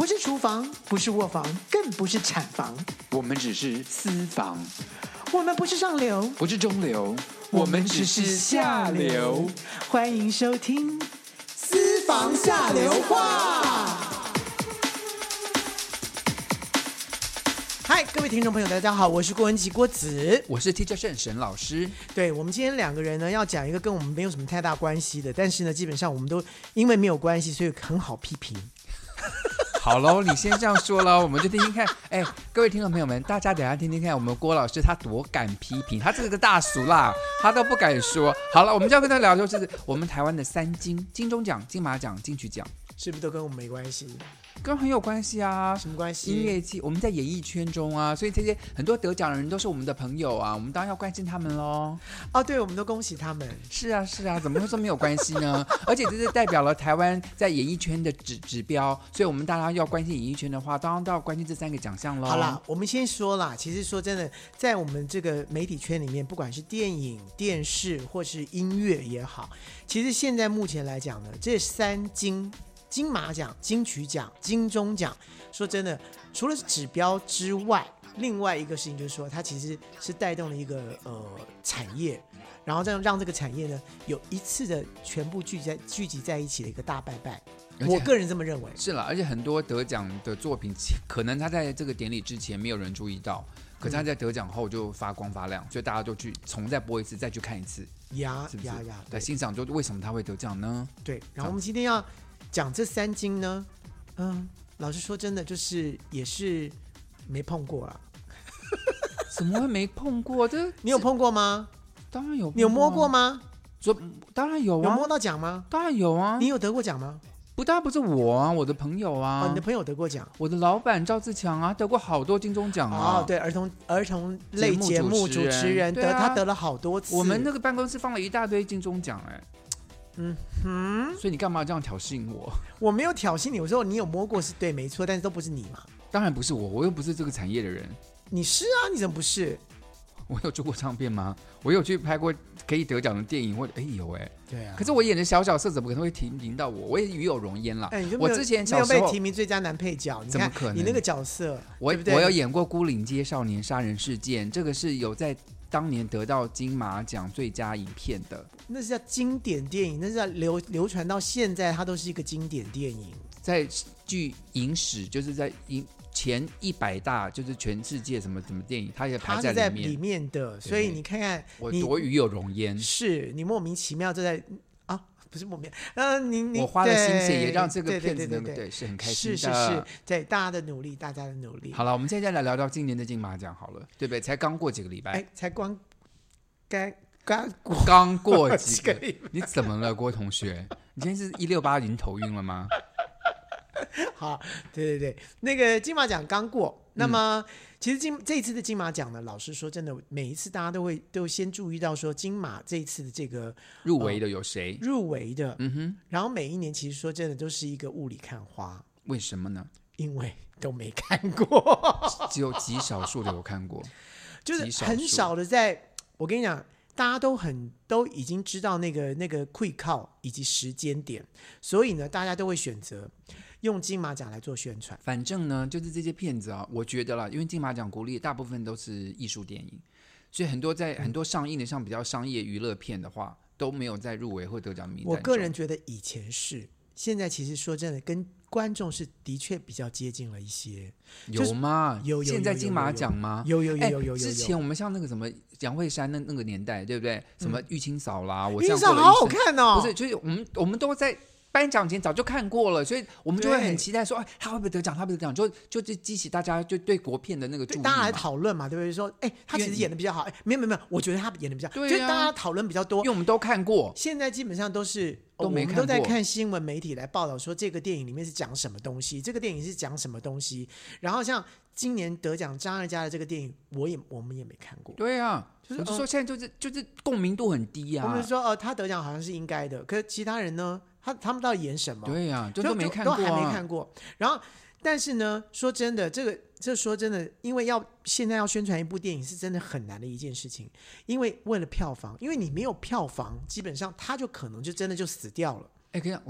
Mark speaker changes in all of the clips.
Speaker 1: 不是厨房，不是卧房，更不是产房，
Speaker 2: 我们只是私房，
Speaker 1: 我们不是上流，
Speaker 2: 不是中流，我们只是下流。
Speaker 1: 欢迎收听《私房下流话》。嗨，各位听众朋友，大家好，我是郭文琪郭子，
Speaker 2: 我是 Teacher 沈老师。
Speaker 1: 对，我们今天两个人呢要讲一个跟我们没有什么太大关系的，但是呢，基本上我们都因为没有关系，所以很好批评。
Speaker 2: 好喽，你先这样说了，我们就听听看。哎，各位听众朋友们，大家等一下听听看，我们郭老师他多敢批评，他这个大俗啦，他都不敢说。好了，我们就要跟他聊，就是我们台湾的三金：金钟奖、金马奖、金曲奖，
Speaker 1: 是不是都跟我们没关系？
Speaker 2: 跟很有关系啊。
Speaker 1: 什么关系？
Speaker 2: 音乐季，我们在演艺圈中啊，所以这些很多得奖的人都是我们的朋友啊，我们当然要关心他们喽。
Speaker 1: 哦，对，我们都恭喜他们。
Speaker 2: 是啊，是啊，怎么会说没有关系呢？而且这是代表了台湾在演艺圈的指标，所以我们大家要关心演艺圈的话，当然都要关心这三个奖项喽。
Speaker 1: 好啦，我们先说啦，其实说真的，在我们这个媒体圈里面，不管是电影、电视或是音乐也好，其实现在目前来讲呢，这三金马奖、金曲奖、金钟奖，说真的，除了指标之外，另外一个事情就是说，它其实是带动了一个产业，然后让这个产业呢有一次的全部聚集在一起的一个大拜拜。我个人这么认为。
Speaker 2: 是了，而且很多得奖的作品，可能他在这个典礼之前没有人注意到，可是他在得奖后就发光发亮，所以大家就去重再播一次，再去看一次，是不是？来欣赏，就为什么他会得奖呢？
Speaker 1: 对，然后我们今天要讲这三金呢，老实说，真的就是也是没碰过啊。
Speaker 2: 怎么会没碰过？
Speaker 1: 你有碰过吗？
Speaker 2: 当然有碰过啊。
Speaker 1: 你有摸过吗？
Speaker 2: 当然有啊。
Speaker 1: 有摸到奖吗？
Speaker 2: 当然有啊。
Speaker 1: 你有得过奖吗？
Speaker 2: 当然不是我啊，我的朋友啊。
Speaker 1: 哦，你的朋友得过奖。
Speaker 2: 我的老板赵自强啊，得过好多金钟奖啊。
Speaker 1: 哦，对，儿童类节目主持人他得了好多次。
Speaker 2: 我们那个办公室放了一大堆金钟奖哎。所以你干嘛这样挑衅我？
Speaker 1: 我没有挑衅你，我说你有摸过是对没错，但是都不是你嘛。
Speaker 2: 当然不是我又不是这个产业的人。
Speaker 1: 你是啊，你怎么不是？
Speaker 2: 我有做过唱片吗？我有去拍过可以得奖的电影，或者有
Speaker 1: 对啊。
Speaker 2: 可是我演的小角色怎么可能会提名到我？我也与有荣焉啦。我之前小时候
Speaker 1: 没有被提名最佳男配角，
Speaker 2: 怎么可能？
Speaker 1: 你那个角色，
Speaker 2: 我
Speaker 1: 对不对？
Speaker 2: 我有演过《孤岭街少年杀人事件》，这个是有在当年得到金马奖最佳影片的。
Speaker 1: 那是叫经典电影，那是叫流传到现在，它都是一个经典电影。
Speaker 2: 在据影史，就是在前100大，就是全世界什么电影，它也排在里面。
Speaker 1: 它是在里面的，所以你看看，
Speaker 2: 我多与有荣焉。
Speaker 1: 是你莫名其妙就在不是莫名，
Speaker 2: 我花了心血，也让这个片子对是很开心的。
Speaker 1: 是，对大家的努力，
Speaker 2: 好了，我们现在来聊聊今年的金马奖好了，对不对？才刚过几个礼拜，
Speaker 1: 才刚
Speaker 2: 过几个礼拜。你怎么了，郭同学？你今天是168已经头晕了吗？
Speaker 1: 好，对，那个金马奖刚过，那么其实这一次的金马奖呢，老实说，真的每一次大家都先注意到说金马这一次的这个
Speaker 2: 入围的有谁？
Speaker 1: 入围的，然后每一年其实说真的都是一个雾里看花，
Speaker 2: 为什么呢？
Speaker 1: 因为都没看过，
Speaker 2: 只有极少数的有看过，
Speaker 1: 就是很少的我跟你讲。大家都已经知道那个会靠以及时间点，所以呢，大家都会选择用金马奖来做宣传。
Speaker 2: 反正呢，就是这些片子啊，我觉得啦，因为金马奖鼓励大部分都是艺术电影，所以很多上映的像比较商业娱乐片的话，都没有在入围或得奖名单中。
Speaker 1: 我个人觉得以前是，现在其实说真的，跟观众是的确比较接近了一些。
Speaker 2: 有吗？
Speaker 1: 有
Speaker 2: 现在金马奖吗？
Speaker 1: 有。
Speaker 2: 之前我们像那个什么杨惠珊那个年代，对不对？什么玉清嫂啦，我
Speaker 1: 玉清嫂好好看哦。
Speaker 2: 不是，就是我们都在颁奖前早就看过了，所以我们就会很期待说，他会不会得奖？他会不会得奖？就激起大家就对国片的那个注意，
Speaker 1: 大家来讨论嘛，对不对？说，他其实演的比较好，没有，我觉得他演的比较好，
Speaker 2: 对啊，
Speaker 1: 就是大家讨论比较多，
Speaker 2: 因为我们都看过。
Speaker 1: 现在基本上都是
Speaker 2: 都没看过，
Speaker 1: 我们都在看新闻媒体来报道说这个电影里面是讲什么东西，这个电影是讲什么东西。然后像今年得奖张艾嘉的这个电影，我们也没看过。
Speaker 2: 对啊，我就说现在就是共鸣度很低啊。
Speaker 1: 我们说他得奖好像是应该的，可是其他人呢？他们到底演什么？
Speaker 2: 对呀，都没看过，
Speaker 1: 都还没看过。然后，但是呢，说真的，这说真的，因为现在要宣传一部电影是真的很难的一件事情，因为为了票房，因为你没有票房，基本上它就可能就真的就死掉了。
Speaker 2: 跟你讲，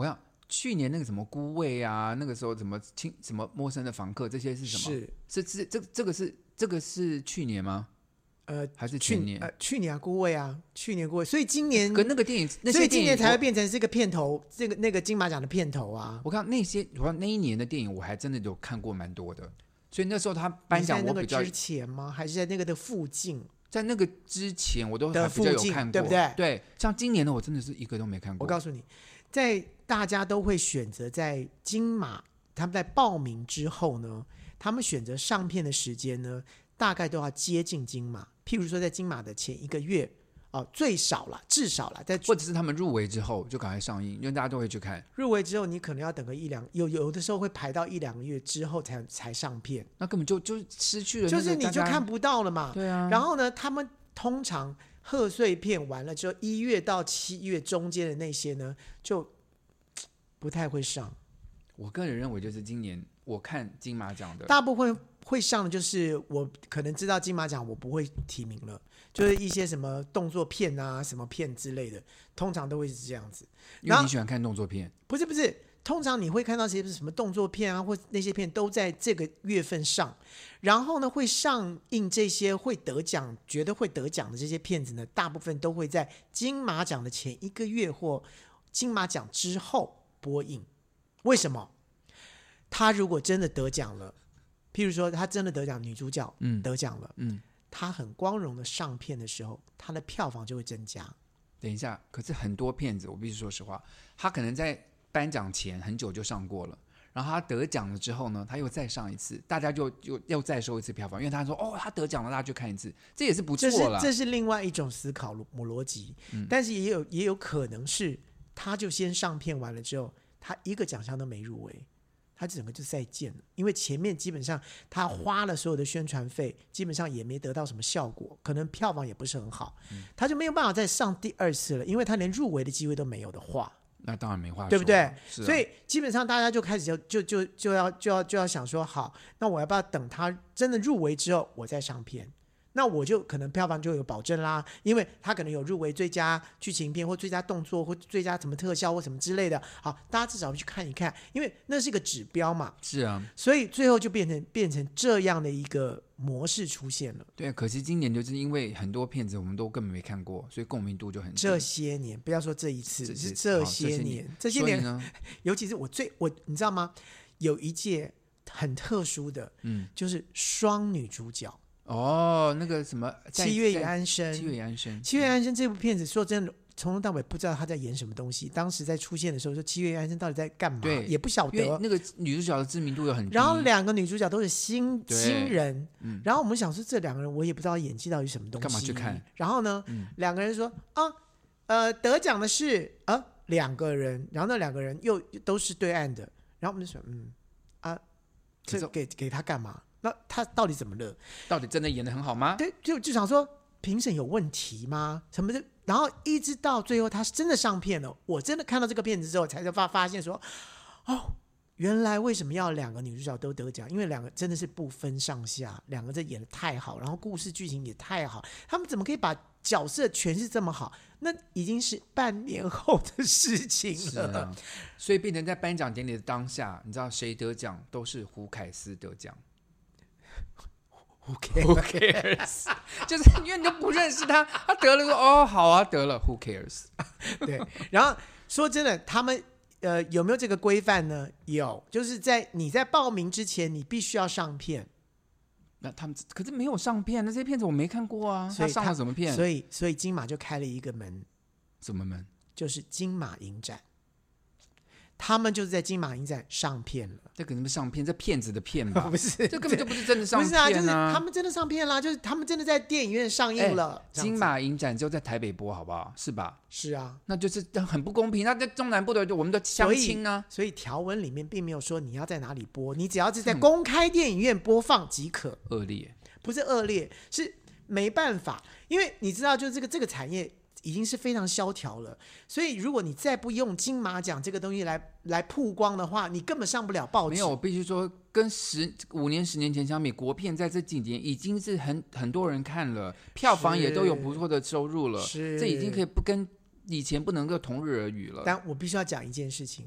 Speaker 2: 去年那个什么孤味啊，那个时候什么陌生的房客，这些是什么？这个是去年吗？还是前年？
Speaker 1: 去年啊，孤味啊，去年孤味，所以今年
Speaker 2: 跟那个电影，
Speaker 1: 所以今年才会变成是个片头，那个金马奖的片头啊。
Speaker 2: 我看那一年的电影，我还真的有看过蛮多的，所以那时候他颁奖我比较
Speaker 1: 在那个之前吗？还是在那个的附近？
Speaker 2: 在那个之前我都还比较有看过，
Speaker 1: 对不对？
Speaker 2: 对，像今年的我真的是一个都没看过。
Speaker 1: 我告诉你，在大家都会选择在金马，他们在报名之后呢，他们选择上片的时间呢，大概都要接近金马。譬如说，在金马的前1个月，最少了，至少了，
Speaker 2: 或者是他们入围之后就赶快上映，因为大家都会去看。
Speaker 1: 入围之后，你可能要等个有的时候会排到1-2个月之后才上片，
Speaker 2: 那根本就失去了，
Speaker 1: 就是你就看不到了嘛。
Speaker 2: 对啊。
Speaker 1: 然后呢，他们通常贺岁片完了之后，1月到7月中间的那些呢，就不太会上。
Speaker 2: 我个人认为，就是今年我看金马奖的
Speaker 1: 大部分会上的，就是我可能知道金马奖我不会提名了，就是一些什么动作片啊、什么片之类的，通常都会是这样子。
Speaker 2: 因为你喜欢看动作片？
Speaker 1: 不是，通常你会看到些什么动作片啊，或那些片都在这个月份上，然后呢会上映这些会得奖、觉得会得奖的这些片子呢，大部分都会在金马奖的前1个月或金马奖之后播映。为什么？他如果真的得奖了，譬如说他真的得奖，女主角得奖了，他很光荣的上片的时候，他的票房就会增加。
Speaker 2: 等一下，可是很多片子我必须说实话，他可能在颁奖前很久就上过了，然后他得奖了之后呢，他又再上一次，大家就又再收一次票房，因为他说他得奖了，大家去看一次，这也是不错了。
Speaker 1: 这是另外一种思考逻辑，但是也有可能是他就先上片完了之后，他一个奖项都没入围，他整个就再见了，因为前面基本上他花了所有的宣传费，基本上也没得到什么效果，可能票房也不是很好，他就没有办法再上第2次了，因为他连入围的机会都没有的话，
Speaker 2: 那当然没话说，
Speaker 1: 对不对？
Speaker 2: 所
Speaker 1: 以基本上大家就开始就要想说，好，那我要不要等他真的入围之后我再上片？那我就可能票房就有保证啦，因为他可能有入围最佳剧情片或最佳动作或最佳什么特效或什么之类的，好，大家至少去看一看，因为那是一个指标嘛。
Speaker 2: 是啊，
Speaker 1: 所以最后就变成这样的一个模式出现了。
Speaker 2: 对，可惜今年就是因为很多片子我们都根本没看过，所以共鸣度就很低。
Speaker 1: 这些年不要说这一次，是这些年，尤其是你知道吗？有一届很特殊的，就是双女主角。
Speaker 2: 那个什么
Speaker 1: 七月与安生，
Speaker 2: 七月与安生，
Speaker 1: 七月与安生这部片子，说真的，从头到尾不知道他在演什么东西。当时在出现的时候，说七月与安生到底在干嘛，
Speaker 2: 对，
Speaker 1: 也不晓得。
Speaker 2: 因为那个女主角的知名度又很低，
Speaker 1: 然后2个女主角都是新人，然后我们想说这2个人，我也不知道演技到底什么东西，
Speaker 2: 干嘛去看？
Speaker 1: 然后呢，2个人说得奖的是2个人，然后那2个人又都是对岸的，然后我们就说这给他干嘛？那他到底怎么了？
Speaker 2: 到底真的演得很好吗？
Speaker 1: 对，就想说评审有问题吗？什么的？然后一直到最后，他真的上片了。我真的看到这个片子之后，才发现说，原来为什么要2个女主角都得奖？因为2个真的是不分上下，2个这演得太好，然后故事剧情也太好，他们怎么可以把角色诠释这么好？那已经是半年后的事情了。
Speaker 2: 所以变成在颁奖典礼的当下，你知道谁得奖都是胡凯斯得奖。
Speaker 1: Who
Speaker 2: cares？ 就是因为你都不认识他，他得了说好啊，得了 Who cares？
Speaker 1: 对，然后说真的，他们有没有这个规范呢？有，就是你在报名之前，你必须要上片。
Speaker 2: 那他们可是没有上片，那这些片子我没看过啊。他上了什么片？
Speaker 1: 所以金马就开了一个门。
Speaker 2: 什么门？
Speaker 1: 就是金马影展。他们就是在金马影展上片了。
Speaker 2: 这可能是上片，这骗子的片吧？
Speaker 1: 不是，
Speaker 2: 这根本就不是真的上片
Speaker 1: 不是就是他们真的上片啦，就是他们真的在电影院上映了。
Speaker 2: 金马影展就在台北播，好不好？是吧？
Speaker 1: 是啊，
Speaker 2: 那就是很不公平。那在中南部的我们的乡亲呢？
Speaker 1: 所以条文里面并没有说你要在哪里播，你只要是在公开电影院播放即可。
Speaker 2: 恶劣？不
Speaker 1: 是恶劣，是没办法，因为你知道，就是这个产业已经是非常萧条了，所以如果你再不用金马奖这个东西来曝光的话，你根本上不了报纸。
Speaker 2: 没有，我必须说，跟5年、10年前相比，国片在这几年已经是很多人看了，票房也都有不错的收入了，这已经可以不跟以前不能够同日而语了。
Speaker 1: 但我必须要讲一件事情，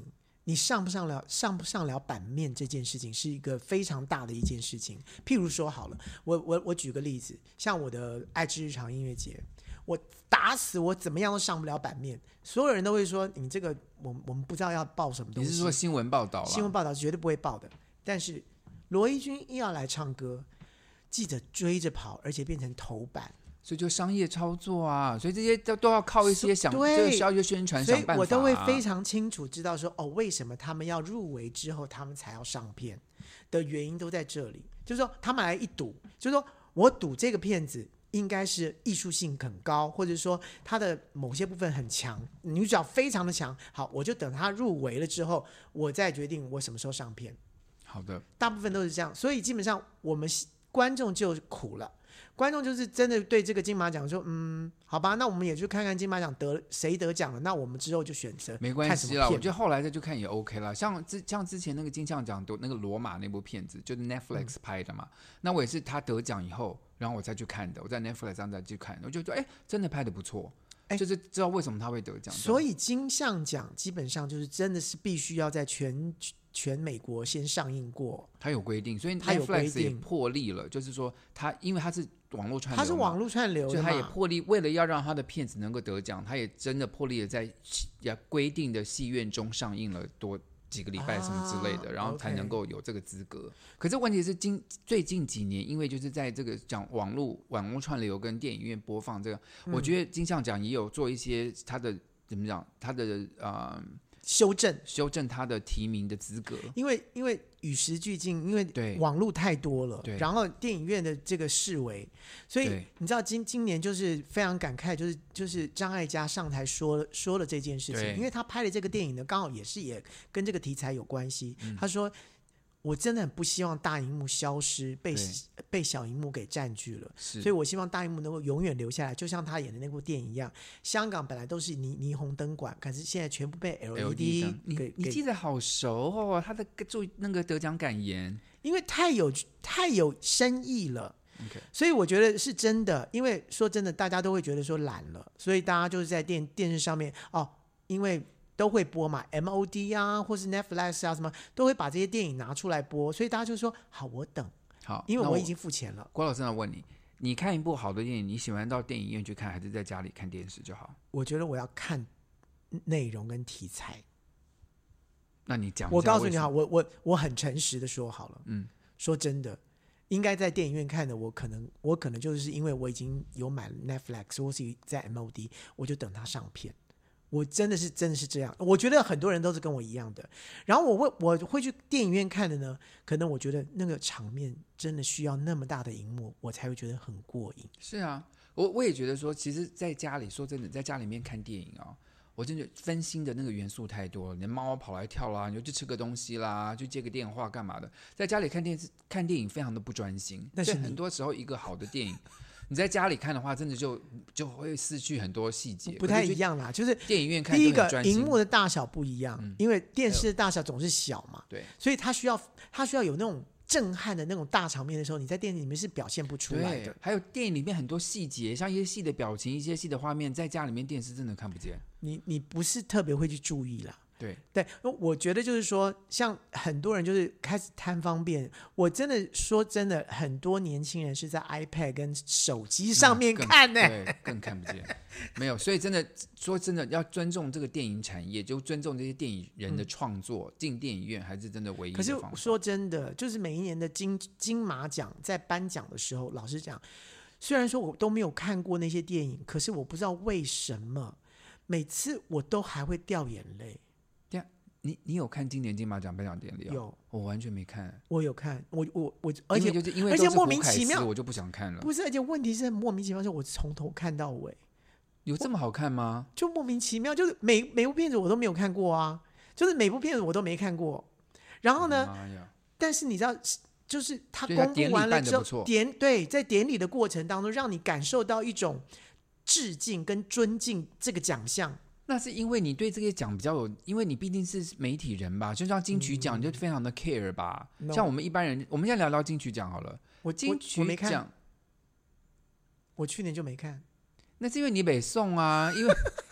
Speaker 1: 你上不上了版面这件事情是一个非常大的一件事情。譬如说好了，我举个例子，像我的爱之日常音乐节，我打死我怎么样都上不了版面，所有人都会说你这个我们不知道要报什么东西。
Speaker 2: 你是说新闻报道啦？
Speaker 1: 新闻报道是绝对不会报的，但是罗一军一要来唱歌，记者追着跑，而且变成头版。
Speaker 2: 所以就商业操作啊，所以这些都要靠一些这需要一些宣传想办法、
Speaker 1: 所以我都会非常清楚知道说，为什么他们要入围之后他们才要上片的原因都在这里。就是说他们来一赌，就是说我赌这个片子应该是艺术性很高，或者说它的某些部分很强，女主角非常的强，好，我就等她入围了之后，我再决定我什么时候上片。
Speaker 2: 好的，
Speaker 1: 大部分都是这样，所以基本上我们观众就苦了。观众就是真的对这个金马奖说，好吧，那我们也去看看金马奖谁得奖了，那我们之后就选择
Speaker 2: 没关系啦，我觉得后来再去看也 OK 啦。像之前那个金像奖那个罗马那部片子，就是 Netflix 拍的嘛，那我也是他得奖以后，然后我再去看的，我在 Netflix 上再去看，我就觉得真的拍得不错，就是知道为什么他会得奖。
Speaker 1: 所以金像奖基本上就是真的是必须要在全美国先上映过，
Speaker 2: 它有规定，所以 Netflix 也破例了，就是说因为它是网络串流，
Speaker 1: 它是网络串流的嘛，
Speaker 2: 所以它也破例，为了要让它的片子能够得奖，它也真的破例了在规定的戏院中上映了多几个礼拜什么之类的，然后才能够有这个资格。可是问题是最近几年，因为就是在这个讲网络串流跟电影院播放这个，我觉得金像奖也有做一些它的怎么讲，它的修正他的提名的资格，
Speaker 1: 因为与时俱进，因为网络太多了，然后电影院的这个式微，所以你知道今年就是非常感慨，就是张艾嘉上台说了这件事情，因为他拍的这个电影呢，刚好也跟这个题材有关系。他说我真的很不希望大荧幕消失，被小荧幕给占据了，所以我希望大荧幕能够永远留下来，就像他演的那部电影一样。香港本来都是霓虹灯管，可是现在全部被 LED
Speaker 2: 你记得好熟哦，他的那个得奖感言，
Speaker 1: 因为太有深意了。
Speaker 2: Okay.
Speaker 1: 所以我觉得是真的，因为说真的，大家都会觉得说懒了，所以大家就是在电视上面因为都会播嘛 ，MOD 啊，或是 Netflix 啊，什么都会把这些电影拿出来播，所以大家就说好，我等，
Speaker 2: 好，
Speaker 1: 因为我已经付钱了。
Speaker 2: 郭老师要问你，你看一部好的电影，你喜欢到电影院去看，还是在家里看电视就好？
Speaker 1: 我觉得我要看内容跟题材。
Speaker 2: 那你讲一下，
Speaker 1: 我告诉你好，我很诚实的说好了，说真的，应该在电影院看的，我可能就是因为我已经有买 Netflix， 或是在 MOD， 我就等它上片。我真的是这样，我觉得很多人都是跟我一样的。然后我会去电影院看的呢，可能我觉得那个场面真的需要那么大的荧幕，我才会觉得很过瘾。
Speaker 2: 是啊，我也觉得说，其实在家里，说真的，在家里面看电影我真的分心的那个元素太多了，你的猫跑来跳啦，你就去吃个东西啦，去接个电话干嘛的，在家里看电影非常的不专心。但是很多时候一个好的电影你在家里看的话，真的就会失去很多细节，
Speaker 1: 不太一样啦。就是
Speaker 2: 电影院看
Speaker 1: 第一个荧幕的大小不一样，因为电视的大小总是小嘛，
Speaker 2: 对，
Speaker 1: 所以它需要有那种震撼的那种大场面的时候，你在电影里面是表现不出来的。
Speaker 2: 还有电影里面很多细节，像一些戏的表情、一些戏的画面，在家里面电视真的看不见。
Speaker 1: 你不是特别会去注意啦。
Speaker 2: 对，
Speaker 1: 我觉得就是说，像很多人就是开始贪方便。我真的说真的，很多年轻人是在 iPad 跟手机上面看呢，
Speaker 2: 对，更看不见。没有，所以真的说真的，要尊重这个电影产业，就尊重这些电影人的创作，进电影院还是真的唯一的方法。
Speaker 1: 可是说真的，就是每一年的金马奖在颁奖的时候，老实讲，虽然说我都没有看过那些电影，可是我不知道为什么每次我都还会掉眼泪。
Speaker 2: 你有看今年金马奖颁奖典礼？
Speaker 1: 有，
Speaker 2: 我完全没看。
Speaker 1: 我有看，我
Speaker 2: 而且因为
Speaker 1: 莫名其妙，
Speaker 2: 我就不想看了。
Speaker 1: 不是，而且问题是莫名其妙，是我从头看到尾。
Speaker 2: 有这么好看吗？
Speaker 1: 就莫名其妙，就是每部片子我都没有看过啊，就是每部片子我都没看过。然后呢，但是你知道，就是他公布完了之后，在典礼的过程当中，让你感受到一种致敬跟尊敬这个奖项。
Speaker 2: 那是因为你对这个奖比较有，因为你毕竟是媒体人吧，就像金曲奖，你就非常的 care 吧。像我们一般人，我们现在聊聊金曲奖好了。金曲奖，
Speaker 1: 我去年就没看。
Speaker 2: 那是因为你北宋啊，因为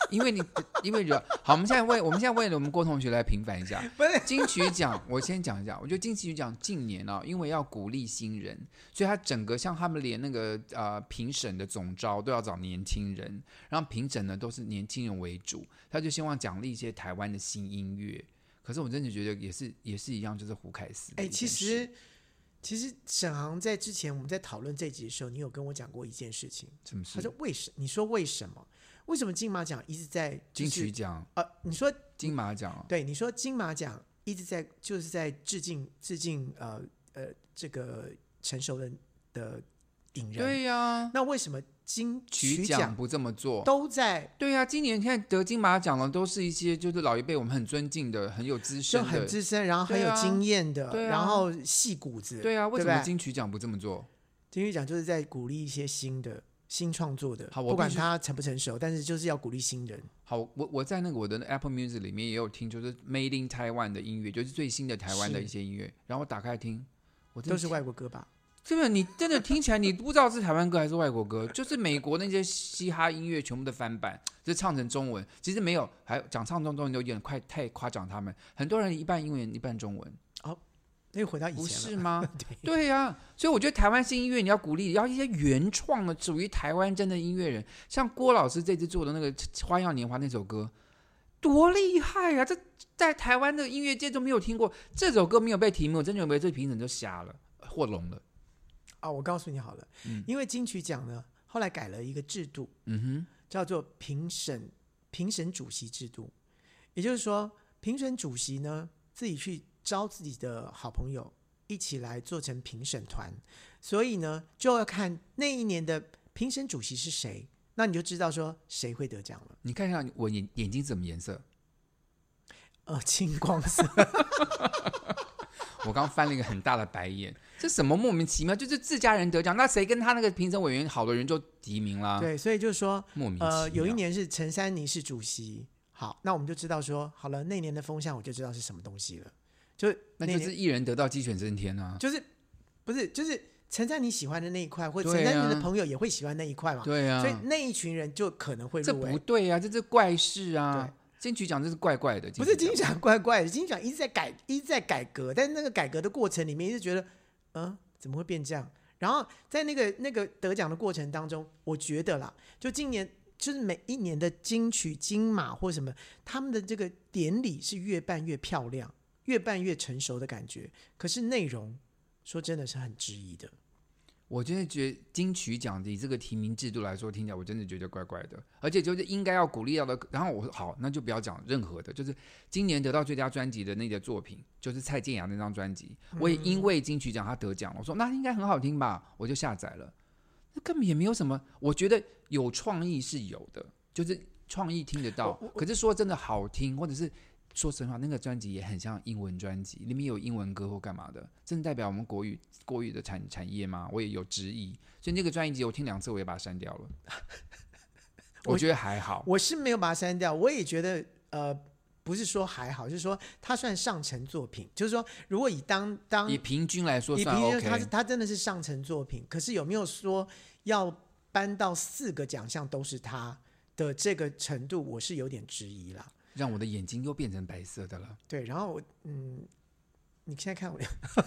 Speaker 2: 因为好，我们现在为我们郭同学来平反一下。
Speaker 1: 不是
Speaker 2: 金曲奖，我先讲一下，我觉得金曲奖近年因为要鼓励新人，所以他整个像他们连那个评审的总召都要找年轻人，然后评审呢都是年轻人为主，他就希望奖励一些台湾的新音乐。可是我真的觉得也是一样，就是胡凯斯。
Speaker 1: 其实沈航在之前我们在讨论这集的时候，你有跟我讲过一件事情。
Speaker 2: 什么事？
Speaker 1: 他说你说为什么？为什么金马奖一直在、
Speaker 2: 金曲奖？
Speaker 1: 你说
Speaker 2: 金马奖？
Speaker 1: 对，你说金马奖一直在就是在致敬这个成熟的影人。
Speaker 2: 对呀。
Speaker 1: 那为什么金曲
Speaker 2: 奖不这么做？
Speaker 1: 都在。
Speaker 2: 对呀，今年看得金马奖的都是一些就是老一辈我们很尊敬的、很有资深的，
Speaker 1: 就很资深，然后很有经验的，然后戏骨子。
Speaker 2: 对啊，为什么金曲奖不这么做？
Speaker 1: 金曲奖就是在鼓励一些新创作的，
Speaker 2: 好，
Speaker 1: 不管他成不成熟，但是就是要鼓励新人。
Speaker 2: 好，我在我的 Apple Music 里面也有听，就是 Made in Taiwan 的音乐，就是最新的台湾的一些音乐，然后我打开听，
Speaker 1: 都是外国歌吧？
Speaker 2: 真的，你真的听起来你不知道是台湾歌还是外国歌，就是美国那些嘻哈音乐全部的翻版，就是唱成中文，其实没有，还讲唱成中文有点太夸奖他们，很多人一半英文一半中文。
Speaker 1: 哦，那又回到以前了，
Speaker 2: 不是吗？
Speaker 1: 对
Speaker 2: 呀，所以我觉得台湾新音乐你要鼓励，要一些原创的属于台湾真的音乐人，像郭老师这次做的那个《花样年华》那首歌，多厉害啊！这在台湾的音乐界都没有听过，这首歌没有被提名，我真的以为这评审就瞎了或聋了。
Speaker 1: 我告诉你好了，因为金曲奖呢后来改了一个制度，叫做评审主席制度，也就是说评审主席呢自己去招自己的好朋友一起来做成评审团，所以呢就要看那一年的评审主席是谁，那你就知道说谁会得奖了。
Speaker 2: 你看一下我眼睛什么颜色？
Speaker 1: 青光色。
Speaker 2: 我刚翻了一个很大的白眼，这什么莫名其妙？就是自家人得奖，那谁跟他那个评审委员好的人就提名啦？
Speaker 1: 对，所以就是说
Speaker 2: 莫名其妙。
Speaker 1: 有一年是陈珊妮是主席，好，那我们就知道说好了，那年的风向我就知道是什么东西了。
Speaker 2: 那就是一人得道鸡犬升天啊！
Speaker 1: 就是陈珊妮喜欢的那一块，或者陈珊妮的朋友也会喜欢那一块嘛？
Speaker 2: 对啊，
Speaker 1: 所以那一群人就可能会入围。
Speaker 2: 这不对啊，这是怪事啊！金曲奖这是怪怪的，
Speaker 1: 不是金曲奖怪怪的，金曲奖一直在改革，但是那个改革的过程里面，一直觉得怎么会变这样？然后在那个得奖的过程当中，我觉得啦，就今年就是每一年的金曲、金马或什么，他们的这个典礼是越办越漂亮，越办越成熟的感觉。可是内容说真的是很质疑的。
Speaker 2: 我真的觉得金曲奖以这个提名制度来说，听起来我真的觉得怪怪的，而且就是应该要鼓励到的。然后好，那就不要讲任何的，就是今年得到最佳专辑的那个作品，就是蔡健雅那张专辑，我也因为金曲奖他得奖了，我说那应该很好听吧，我就下载了。那根本也没有什么，我觉得有创意是有的，就是创意听得到，可是说真的好听，或者是。说实话，那个专辑也很像英文专辑，里面有英文歌或干嘛的，真的代表我们国语的产业吗？我也有质疑，所以那个专辑我听2次，我也把它删掉了。我觉得还好，
Speaker 1: 我是没有把它删掉，我也觉得不是说还好，就是说它算上乘作品，就是说如果以
Speaker 2: 平均来说算 OK，
Speaker 1: 它真的是上乘作品，可是有没有说要搬到4个奖项都是它的这个程度，我是有点质疑啦。
Speaker 2: 让我的眼睛又变成白色的了。
Speaker 1: 对，然后你现在看我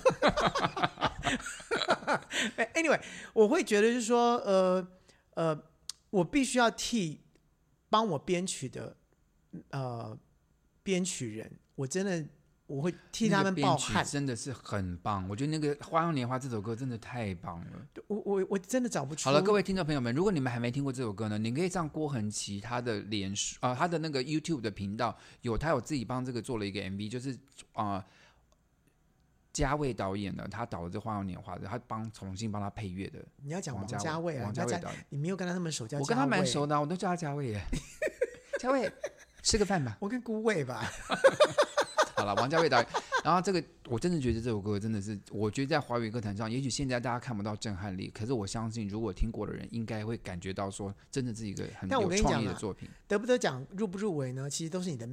Speaker 1: anyway， 我会觉得就是说，我必须要替帮我编曲的编曲人，我会替他们抱憾，
Speaker 2: 真的是很棒。我觉得那个《花样年华》这首歌真的太棒了。
Speaker 1: 我真的找不出。
Speaker 2: 好了，各位听众朋友们，如果你们还没听过这首歌呢，你可以上郭恒琪他的他的那个 YouTube 的频道他有自己帮这个做了一个 MV， 就是嘉卫导演呢，他导的这《花样年华》的，他重新帮他配乐的。
Speaker 1: 你要讲王家卫啊？
Speaker 2: 王家卫导演，
Speaker 1: 你没有跟他们熟？叫
Speaker 2: 我跟他蛮熟的，我都叫他嘉卫耶。嘉卫，吃个饭吧。
Speaker 1: 我跟顾卫吧。
Speaker 2: 好了，王家卫导演，然后这个我真的觉得这首歌真的是，我觉得在华语歌坛上，也许现在大家看不到震撼力，可是我相信如果听过的人，应该会感觉到说，真的是一个很有创意的作品。
Speaker 1: 得不得奖、入不入围呢？其实都是你的命。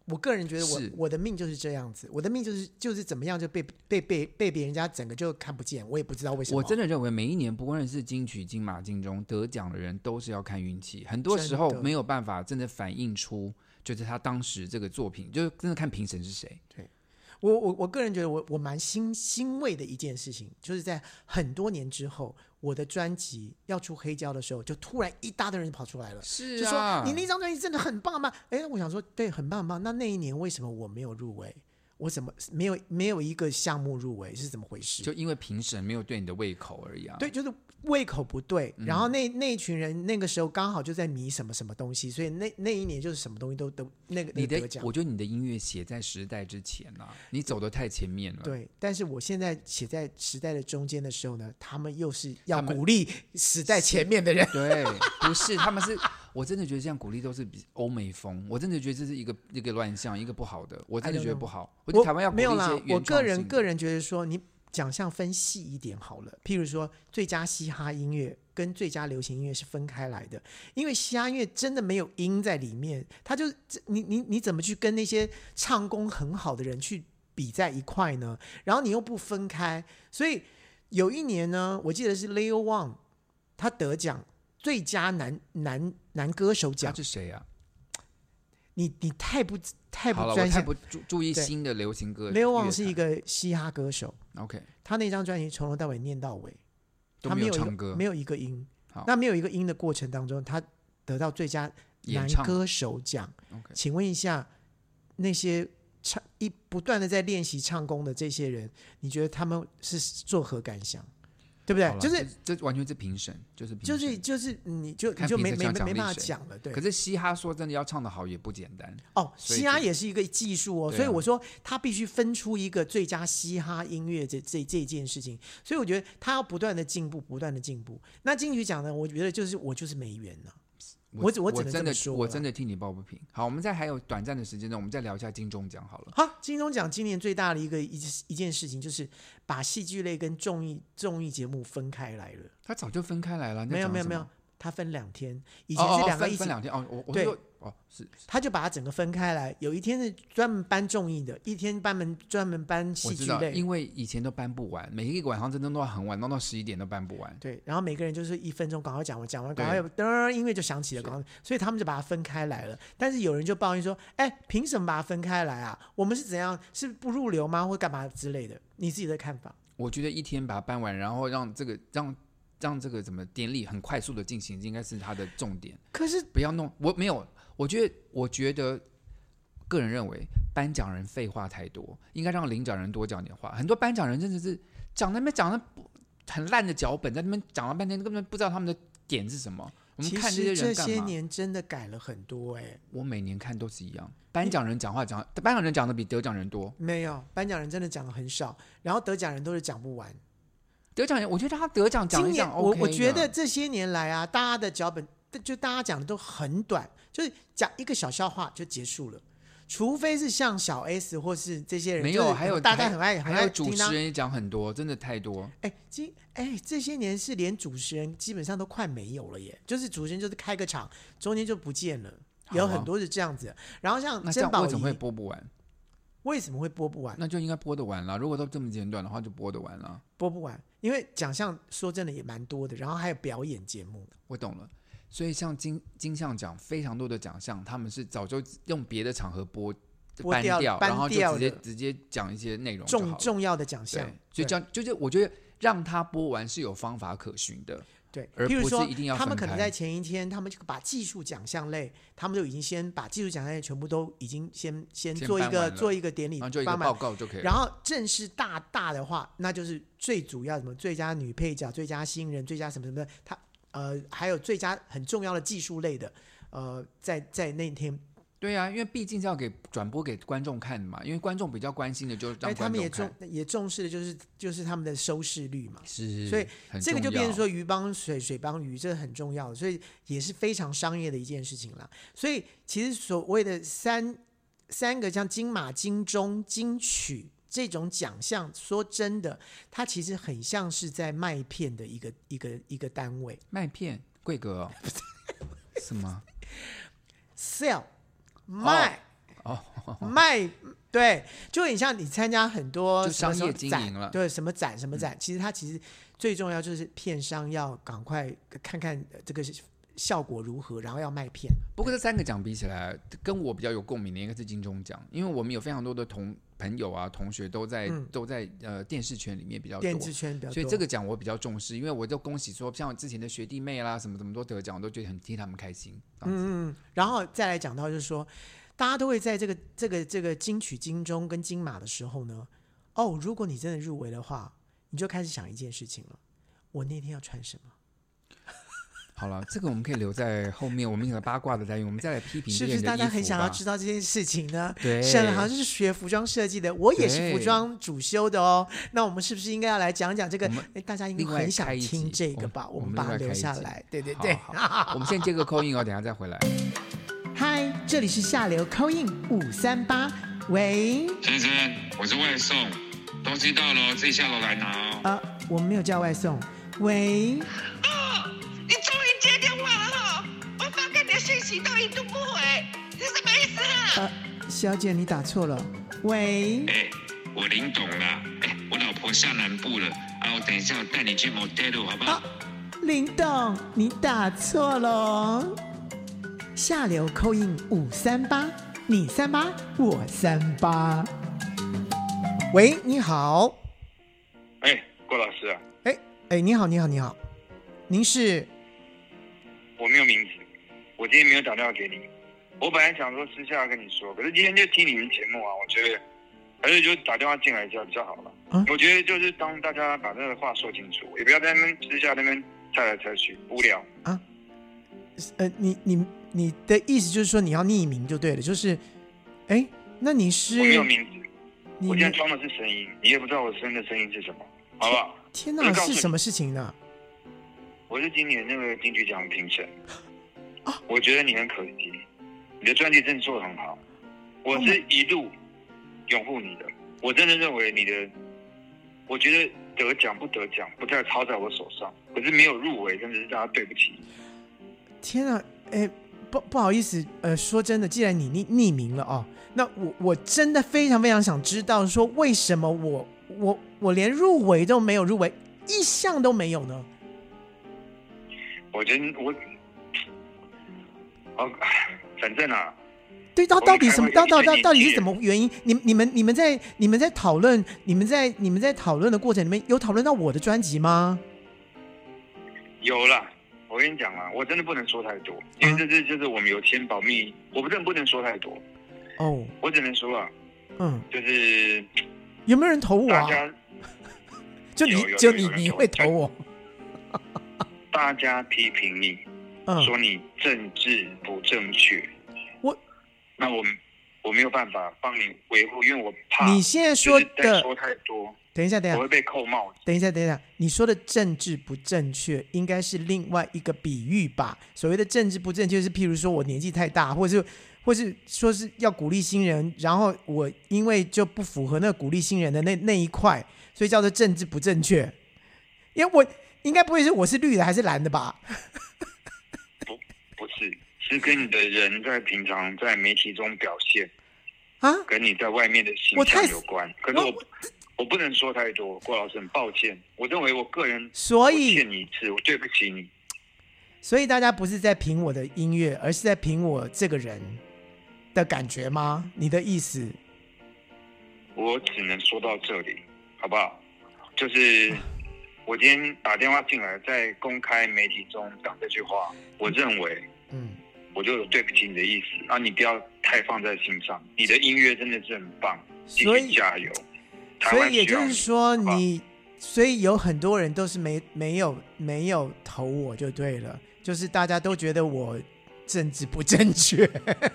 Speaker 1: 我个人觉得
Speaker 2: 是
Speaker 1: 我的命就是这样子，我的命就是怎么样就被别人家整个就看不见，我也不知道为什么。
Speaker 2: 我真的认为每一年不论是金曲、金马、金钟得奖的人都是要看运气，很多时候没有办法真的反映出就是他当时这个作品，就是真的看评审是谁。
Speaker 1: 对。我个人觉得我蛮欣慰的一件事情，就是在很多年之后，我的专辑要出黑胶的时候，就突然一大堆人跑出来了，
Speaker 2: 是啊，
Speaker 1: 就说你那张专辑真的很棒吗？我想说对，很棒很棒。那一年为什么我没有入围？我怎么没有一个项目入围是怎么回事？
Speaker 2: 就因为评审没有对你的胃口而已啊。
Speaker 1: 对，就是胃口不对。然后那一群人那个时候刚好就在迷什么什么东西，所以那一年就是什么东西都那个得奖。
Speaker 2: 我觉得你的音乐写在时代之前啊，你走得太前面了。
Speaker 1: 对，但是我现在写在时代的中间的时候呢，他们又是要鼓励时代前面的人。
Speaker 2: 对，不是，他们是。我真的觉得这样鼓励都是比欧美风，我真的觉得这是一个乱象，一个不好的，我真的觉得不好。我觉得台湾要鼓励一些原创性的。
Speaker 1: 我个人觉得说，你奖项分细一点好了。譬如说，最佳嘻哈音乐跟最佳流行音乐是分开来的，因为嘻哈音乐真的没有音在里面，它就你怎么去跟那些唱功很好的人去比在一块呢？然后你又不分开，所以有一年呢，我记得是 Leo Wang 他得奖。最佳男歌手奖，
Speaker 2: 他是谁啊？
Speaker 1: 你太不专心，
Speaker 2: 我太不注意新的流行歌。
Speaker 1: Leo Wang 是一个嘻哈歌手
Speaker 2: ，OK，
Speaker 1: 他那张专辑从头到尾念到尾，
Speaker 2: 都没有唱歌，
Speaker 1: 没有一个音。那没有一个音的过程当中，他得到最佳男歌手奖。请问一下，那些不断的在练习唱功的这些人，你觉得他们是作何感想？对不对？就是
Speaker 2: 这完全是评审，就是
Speaker 1: 你就没办法讲了。对。
Speaker 2: 可是嘻哈说真的要唱得好也不简单
Speaker 1: 哦，嘻哈也是一个技术哦，所以我说他必须分出一个最佳嘻哈音乐这件事情，所以我觉得他要不断的进步，不断的进步。那金曲奖呢？我觉得我就是没缘了。我只能这么说，
Speaker 2: 我真的替你抱不平。好，我们还有短暂的时间呢，我们再聊一下金钟奖好了。
Speaker 1: 好，金钟奖今年最大的一件事情就是把戏剧类跟综艺节目分开来了。
Speaker 2: 他早就分开来了，
Speaker 1: 没有，他分2天，以前是2个一起
Speaker 2: 分2天哦。我
Speaker 1: 对
Speaker 2: 是，
Speaker 1: 他就把它整个分开来，有一天是专门搬综艺的，一天专门搬戏剧类。
Speaker 2: 因为以前都搬不完，每一个晚上真的都要很晚，弄到11点都搬不完。
Speaker 1: 对，然后每个人就是1分钟，赶快讲完，赶快噔，音乐就响起了，所以他们就把它分开来了。但是有人就抱怨说：“凭什么把它分开来啊？我们是怎样？是不入流吗？或干嘛之类的？”你自己的看法？
Speaker 2: 我觉得一天把它搬完，然后让这个怎么典礼很快速的进行，应该是它的重点。
Speaker 1: 可是
Speaker 2: 不要弄，我觉得个人认为颁奖人废话太多，应该让领奖人多讲点话。很多颁奖人真的是讲的很烂的脚本，在那边讲了半天，根本不知道他们的点是什么。我们看这些人干嘛？
Speaker 1: 其实这些年真的改了很多
Speaker 2: 我每年看都是一样，颁奖人颁奖人讲的比得奖人多。
Speaker 1: 没有，颁奖人真的讲的很少，然后得奖人都是讲不完。
Speaker 2: 得奖人，我觉得他得奖讲一讲 OK 的。
Speaker 1: 我觉得这些年来啊，大家的脚本就大家讲的都很短，就是讲一个小笑话就结束了。除非是像小 S 或是这些人，
Speaker 2: 没有，还有
Speaker 1: 大家很爱
Speaker 2: 主持人也讲很多，真的太多。
Speaker 1: 这些年是连主持人基本上都快没有了耶，就是主持人就是开个场，中间就不见了，有很多是这样子。然后像曾宝仪，
Speaker 2: 为什么会播不完？
Speaker 1: 为什么会播不完？
Speaker 2: 那就应该播得完了。如果都这么简短的话，就播得完了。
Speaker 1: 播不完，因为奖项说真的也蛮多的，然后还有表演节目。
Speaker 2: 我懂了。所以像金像奖非常多的奖项，他们是早就用别的场合搬掉，然后就直接讲一些内容就好了，
Speaker 1: 重要的奖项。
Speaker 2: 所以就是我觉得让他播完是有方法可循的。
Speaker 1: 对，
Speaker 2: 而不是一定要分开。
Speaker 1: 他们可能在前一天，他们就把技术奖项类，他们就已经先把技术奖项类全部都已经先做一个典礼，
Speaker 2: 然后就一个报告就可以了。
Speaker 1: 然后正式大的话，那就是最主要什么最佳女配角、最佳新人、最佳什么什么的，还有最佳很重要的技术类的，在那天。
Speaker 2: 对啊，因为毕竟是要转播给观众看的嘛，因为观众比较关心的就是让观众看。
Speaker 1: 他们也重视的就是他们的收视率嘛，
Speaker 2: 是，
Speaker 1: 所以这个就变成说鱼帮水，水帮鱼，这很重要的，所以也是非常商业的一件事情啦。所以其实所谓的三个像金马、金钟、金曲这种奖项，说真的，它其实很像是在卖片的一个单位。
Speaker 2: 卖片，贵格哦？什么
Speaker 1: ？sell。卖卖。对，就很像你参加很多
Speaker 2: 就商业经营了，
Speaker 1: 对，什么展，其实它其实最重要就是片商要赶快看看这个效果如何，然后要卖片。
Speaker 2: 不过这3个奖比起来，跟我比较有共鸣的应该是金钟奖，因为我们有非常多的朋友啊、同学都在电视圈里面比较多，
Speaker 1: 电视圈比较多，
Speaker 2: 所以这个奖我比较重视，因为我就恭喜说，像我之前的学弟妹啦，什么都得奖，我都觉得很替他们开心。
Speaker 1: 然后再来讲到就是说，大家都会在这个金曲、金钟跟金马的时候呢，如果你真的入围的话，你就开始想一件事情了：我那天要穿什么？
Speaker 2: 好了，这个我们可以留在后面，我们有八卦的单元，我们再来批评这件的衣服吧。
Speaker 1: 是不是大家很想要知道这件事情呢？
Speaker 2: 对，
Speaker 1: 沈好像是学服装设计的，我也是服装主修的哦。那我们是不是应该要来讲讲这个？大家应该很想听这个吧？我们把它留下来。对对对，
Speaker 2: 好，我们先接个 call in 哦，等一下再回来。
Speaker 1: 嗨，这里是下流 call in 538，喂，
Speaker 3: 先生，我是外送，东西到了自己下楼来拿哦。
Speaker 1: 我们没有叫外送，喂。
Speaker 4: 你终于接电话了哈！我发给你的信息都一度不回，是什么意思啊？
Speaker 1: 小姐你打错了，喂。
Speaker 3: 我林董啦，我老婆下南部了，我等一下我带你去 motel 好不好？
Speaker 1: 林董你打错了，下流call in 538，你38我38。喂，你好。
Speaker 5: 郭老师啊。
Speaker 1: 你好，您是？
Speaker 5: 我没有名字，我今天没有打电话给你。我本来想说私下跟你说，可是今天就听你们节目啊，我觉得还是就打电话进来比较好了。我觉得就是当大家把那个话说清楚，也不要在那边私下那边猜来猜去，无聊啊。
Speaker 1: 你的意思就是说你要匿名就对了，就是那你是？
Speaker 5: 我没有名字，我今天装的是声音，你也不知道我声的声音是什么，好不好？
Speaker 1: 天哪，是什么事情呢？
Speaker 5: 我是今年那个金曲奖评审，我觉得你很可惜，你的专辑真的做得很好，我是一路拥护你的，我真的认为你的，我觉得得奖不得奖不再操在我手上，可是没有入围，真的是大家对不起。
Speaker 1: 天啊，不好意思，说真的，既然你匿名了那我真的非常非常想知道，说为什么我连入围都没有入围，一项都没有呢？
Speaker 5: 我觉得反正啊，
Speaker 1: 对，到底什么？到底是什么原因？你们在讨论，你们在讨论的过程里面有讨论到我的专辑吗？
Speaker 5: 有啦，我跟你讲啦，我真的不能说太多，因为这就是我们有签保密，我真的不能说太多。我只能说啊，就是
Speaker 1: 有没有人投我啊？
Speaker 5: 大家
Speaker 1: 就你会投我？
Speaker 5: 大家批评你，说你政治不正确，那我没有办法帮你维护，因为我怕
Speaker 1: 你现在说的
Speaker 5: 说太多，
Speaker 1: 等一下，
Speaker 5: 我会被扣帽子。
Speaker 1: 等一下，你说的政治不正确，应该是另外一个比喻吧？所谓的政治不正确是，譬如说我年纪太大，或是说是要鼓励新人，然后我因为就不符合那个鼓励新人的那一块，所以叫做政治不正确。因为我应该不会是我是绿的还是蓝的吧？
Speaker 5: 不是，是跟你的人在平常在媒体中表现跟你在外面的形象有关。可是我不能说太多，郭老师很抱歉，我认为我个人
Speaker 1: 所以
Speaker 5: 欠你一次，我对不起你。
Speaker 1: 所以大家不是在评我的音乐，而是在评我这个人的感觉吗？你的意思？
Speaker 5: 我只能说到这里，好不好？就是我今天打电话进来，在公开媒体中讲这句话，我认为，我就有对不起你的意思你不要太放在心上。你的音乐真的是很棒，继续加油。
Speaker 1: 所以也就是说所以有很多人都是没有投我就对了，就是大家都觉得我政治不正确。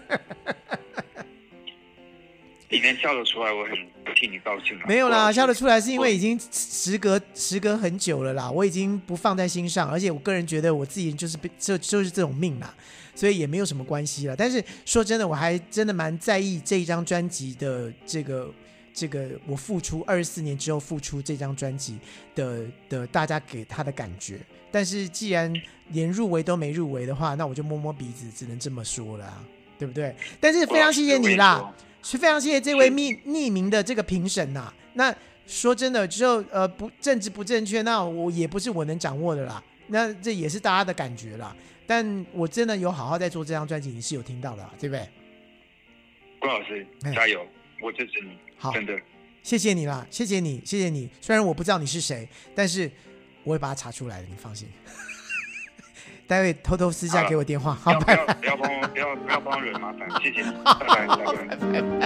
Speaker 5: 你能笑得出来，我很替你高兴了。
Speaker 1: 没有啦，笑得出来是因为已经时隔很久了啦，我已经不放在心上，而且我个人觉得我自己就是这种命啦，所以也没有什么关系了。但是说真的，我还真的蛮在意这一张专辑的这个我付出24年之后付出这张专辑的大家给他的感觉。但是既然连入围都没入围的话，那我就摸摸鼻子，只能这么说了对不对？但是非常谢谢你啦，是非常谢谢这位匿名的这个评审呐。那说真的，就不政治不正确，那我也不是我能掌握的啦。那这也是大家的感觉啦。但我真的有好好在做这张专辑，你是有听到的啦，对不对？
Speaker 5: 郭老师加油，我支持你，
Speaker 1: 好，
Speaker 5: 真的。
Speaker 1: 谢谢你啦，谢谢你，谢谢你。虽然我不知道你是谁，但是我会把它查出来的，你放心。待会偷偷私下给我电话，好，
Speaker 5: 不要帮我惹麻烦，谢谢你，拜拜。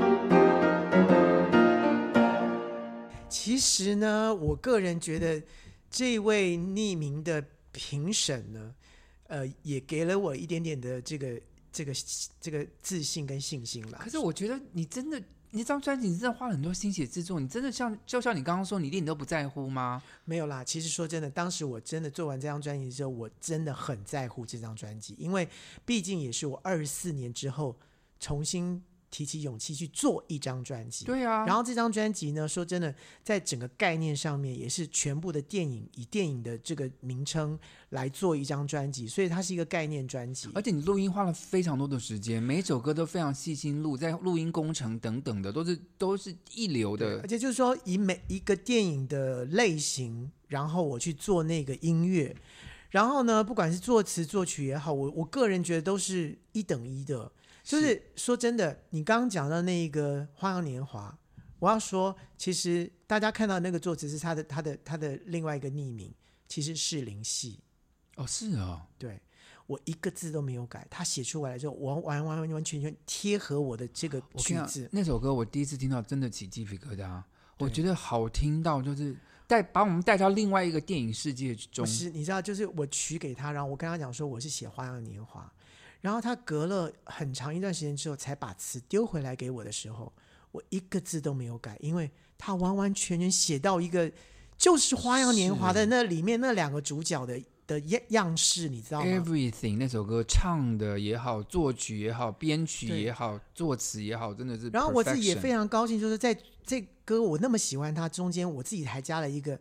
Speaker 1: 其实呢，我个人觉得这位匿名的评审呢，也给了我一点点的这个自信跟信心啦。
Speaker 2: 可是我觉得你真的。你这张专辑你真的花了很多心血制作，你真的就像你刚刚说，你一点都不在乎吗？
Speaker 1: 没有啦，其实说真的，当时我真的做完这张专辑之后，我真的很在乎这张专辑，因为毕竟也是我24年之后重新提起勇气去做一张专辑。
Speaker 2: 对啊，
Speaker 1: 然后这张专辑呢，说真的，在整个概念上面也是全部的电影以电影的这个名称来做一张专辑，所以它是一个概念专辑。
Speaker 2: 而且你录音花了非常多的时间，每一首歌都非常细心录，在录音工程等等的都是一流的。
Speaker 1: 而且就是说，以每一个电影的类型，然后我去做那个音乐，然后呢，不管是作词作曲也好，我个人觉得都是一等一的。就是说真的，你刚刚讲到那个《花样年华》，我要说，其实大家看到那个作词是他的另外一个匿名，其实是林夕。
Speaker 2: 哦，是哦，
Speaker 1: 对，我一个字都没有改，他写出来之后，完全贴合我的这个曲子。
Speaker 2: 那首歌我第一次听到，真的起鸡皮疙瘩，我觉得好听到就是把我们带到另外一个电影世界中。
Speaker 1: 不是，你知道，就是我曲给他，然后我跟他讲说我是写《花样年华》。然后他隔了很长一段时间之后才把词丢回来给我的时候，我一个字都没有改，因为他完完全全写到一个就是《花样年华》的那里面那两个主角的样式，你知道吗
Speaker 2: ？Everything 那首歌唱的也好，作曲也好，编曲也好，作词也好，真的是 perfection。
Speaker 1: 然后我自己也非常高兴，就是在这歌我那么喜欢它中间，我自己还加了一个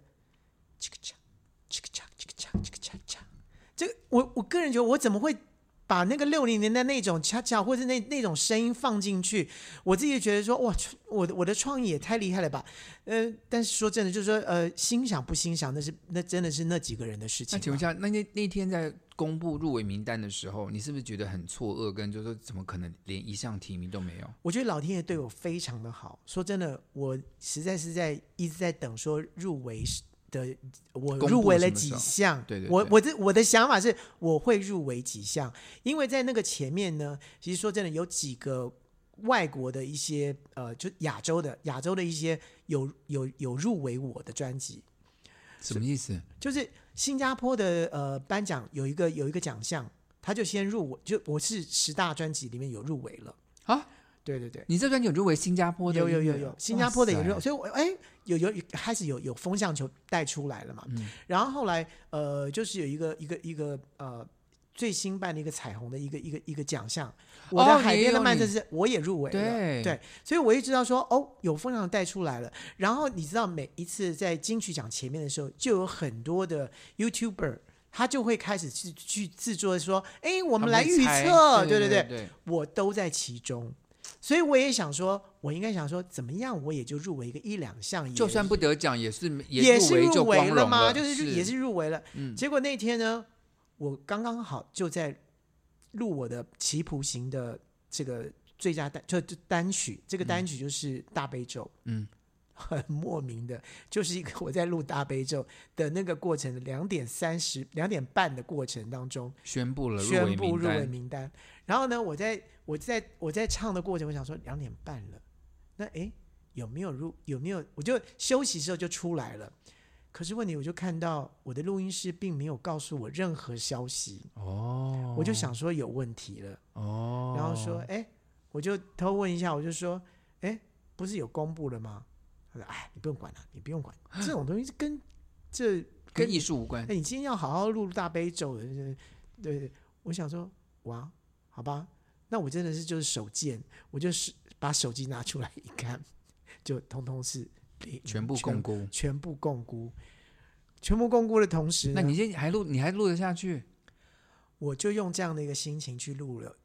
Speaker 1: 这个我个人觉得我怎么会把那个60年代那种恰恰或者那种声音放进去，我自己觉得说哇，我的创意也太厉害了吧。但是说真的，就是说欣赏不欣赏，那真的是那几个人的事情。
Speaker 2: 那请问一下，那天在公布入围名单的时候，你是不是觉得很错愕，跟就是说怎么可能连一项提名都没有？
Speaker 1: 我觉得老天爷对我非常的好。说真的，我实在是一直在等说入围的，我入围了几项，
Speaker 2: 对，
Speaker 1: 我的想法是我会入围几项，因为在那个前面呢，其实说真的有几个外国的一些就亚洲的一些有入围我的专辑。
Speaker 2: 什么意思？
Speaker 1: 就是新加坡的颁奖有一个奖项，他就先入围，就我是10大专辑里面有入围了
Speaker 2: 啊。
Speaker 1: 对对对，
Speaker 2: 你这专辑有入围新加坡的？
Speaker 1: 有新加坡的也入，所以我有开始有风向球带出来了嘛。然后后来就是有一个最新办的一个彩虹的一个奖项，我在海边的曼彻斯特我也入围了。对，所以我也知道说有风向带出来了。然后你知道每一次在金曲奖前面的时候，就有很多的 YouTuber。他就会开始去制作说，我们来预测，对，我都在其中。所以我也想说，我应该想说，怎么样我也就入围个1-2项，
Speaker 2: 就算不得奖也是
Speaker 1: 入围了嘛，
Speaker 2: 就是
Speaker 1: 也是入围了。结果那天呢，我刚刚好就在录我的棋谱型的这个最佳单曲，这个单曲就是大悲咒。很莫名的，就是一个我在录大悲咒的那个过程2点半的过程当中
Speaker 2: 宣布入
Speaker 1: 围名单。然后呢，我在唱的过程，我想说2点半了，那有没有我就休息的时候就出来了。可是问题我就看到我的录音师并没有告诉我任何消息。我就想说有问题了。然后说我就偷问一下，我就说不是有公布了吗？他说你不用管了，你不用管，这种东西跟
Speaker 2: 艺术无关。
Speaker 1: 你今天要好好录大悲咒的。对，我想说哇，好吧，那我真的是就是手贱，我就是把手机拿出来一看，就通通是
Speaker 2: 全部共估，
Speaker 1: 全部共估的同时呢，
Speaker 2: 那你还录得下去？
Speaker 1: 我就用这样的一个心情去录了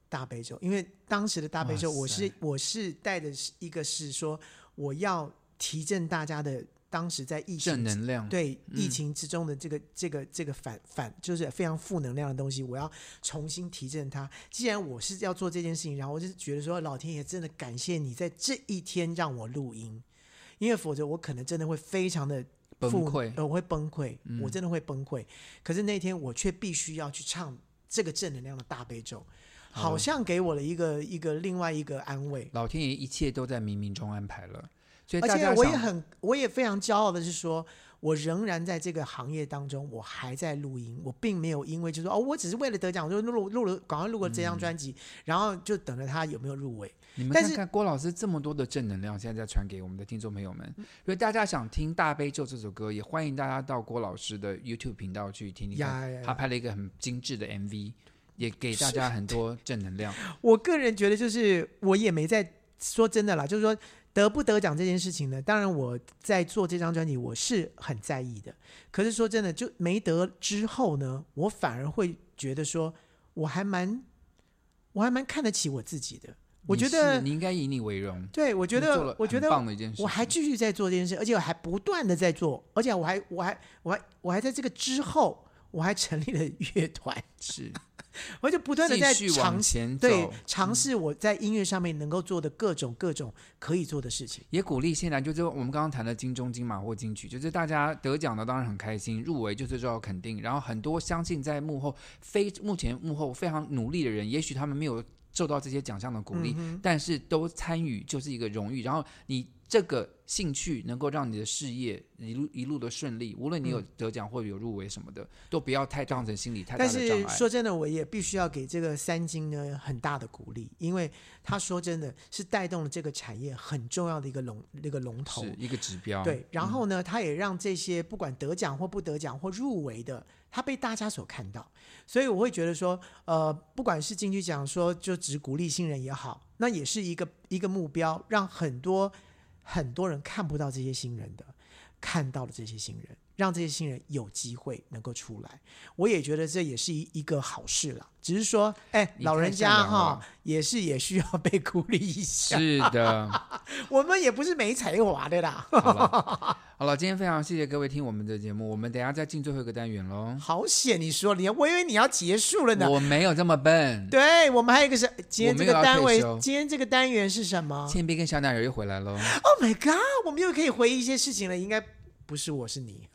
Speaker 1: 大悲咒，因为当时的大悲咒我是带的一个是说我要提振大家的当时在疫情
Speaker 2: 正能量，
Speaker 1: 对、疫情之中的这个反就是非常负能量的东西，我要重新提振它。既然我是要做这件事情，然后我就觉得说老天爷真的感谢你在这一天让我录音，因为否则我可能真的会非常的
Speaker 2: 崩溃，
Speaker 1: 我会崩溃，我真的会崩溃。可是那天我却必须要去唱这个正能量的大悲咒，好像给我了一个另外一个安慰。
Speaker 2: 老天爷一切都在冥冥中安排了，所以大
Speaker 1: 而
Speaker 2: 家
Speaker 1: 且我也非常骄傲的是说，我仍然在这个行业当中，我还在录音，我并没有因为就是说我只是为了得奖，我就赶快录了这张专辑，然后就等着他有没有入围。
Speaker 2: 你们看看郭老师这么多的正能量，现在在传给我们的听众朋友们。所以大家想听《大悲咒》这首歌，也欢迎大家到郭老师的 YouTube 频道去听听看。他拍了一个很精致的 MV， 也给大家很多正能量。
Speaker 1: 我个人觉得，就是我也没在说真的啦，就是说得不得奖这件事情呢，当然我在做这张专辑我是很在意的。可是说真的，就没得之后呢，我反而会觉得说，我还蛮看得起我自己的。我觉得
Speaker 2: 你应该以你为荣。
Speaker 1: 对，我觉得
Speaker 2: 很棒的一件事，
Speaker 1: 我还继续在做这件事，而且我还不断的在做，而且我还在这个之后，我还成立了乐团，
Speaker 2: 是，
Speaker 1: 我就不断的在
Speaker 2: 往前走，
Speaker 1: 对，尝试我在音乐上面能够做的各种可以做的事情，
Speaker 2: 也鼓励现在就是我们刚刚谈的金钟、金马或金曲，就是大家得奖的当然很开心，入围就是受到肯定，然后很多相信在目前幕后非常努力的人，也许他们没有受到这些奖项的鼓励，但是都参与就是一个荣誉。然后你这个兴趣能够让你的事业一路的顺利，无论你有得奖或者有入围什么的，都不要太当成心理太大的障碍。
Speaker 1: 但是说真的，我也必须要给这个三金呢很大的鼓励，因为他说真的是带动了这个产业很重要的一个龙头，
Speaker 2: 是一个指标。
Speaker 1: 对，然后呢，他也让这些不管得奖或不得奖或入围的，他被大家所看到。所以我会觉得说，不管是金曲奖说就只鼓励新人也好，那也是一个目标，让很多人看不到这些新人的，看到了这些新人，让这些新人有机会能够出来。我也觉得这也是一个好事了，只是说老人家哈也需要被鼓励一下。
Speaker 2: 是的
Speaker 1: 我们也不是没才华的啦。
Speaker 2: 好了，今天非常谢谢各位听我们的节目，我们等一下再进最后一个单元咯。
Speaker 1: 好险你说了，我以为你要结束了呢。
Speaker 2: 我没有这么笨。
Speaker 1: 对，我们还有一个是今天这个单元是什么？
Speaker 2: 倩碧跟小奶儿又回来了。
Speaker 1: Oh my god， 我们又可以回忆一些事情了，应该不是我是你。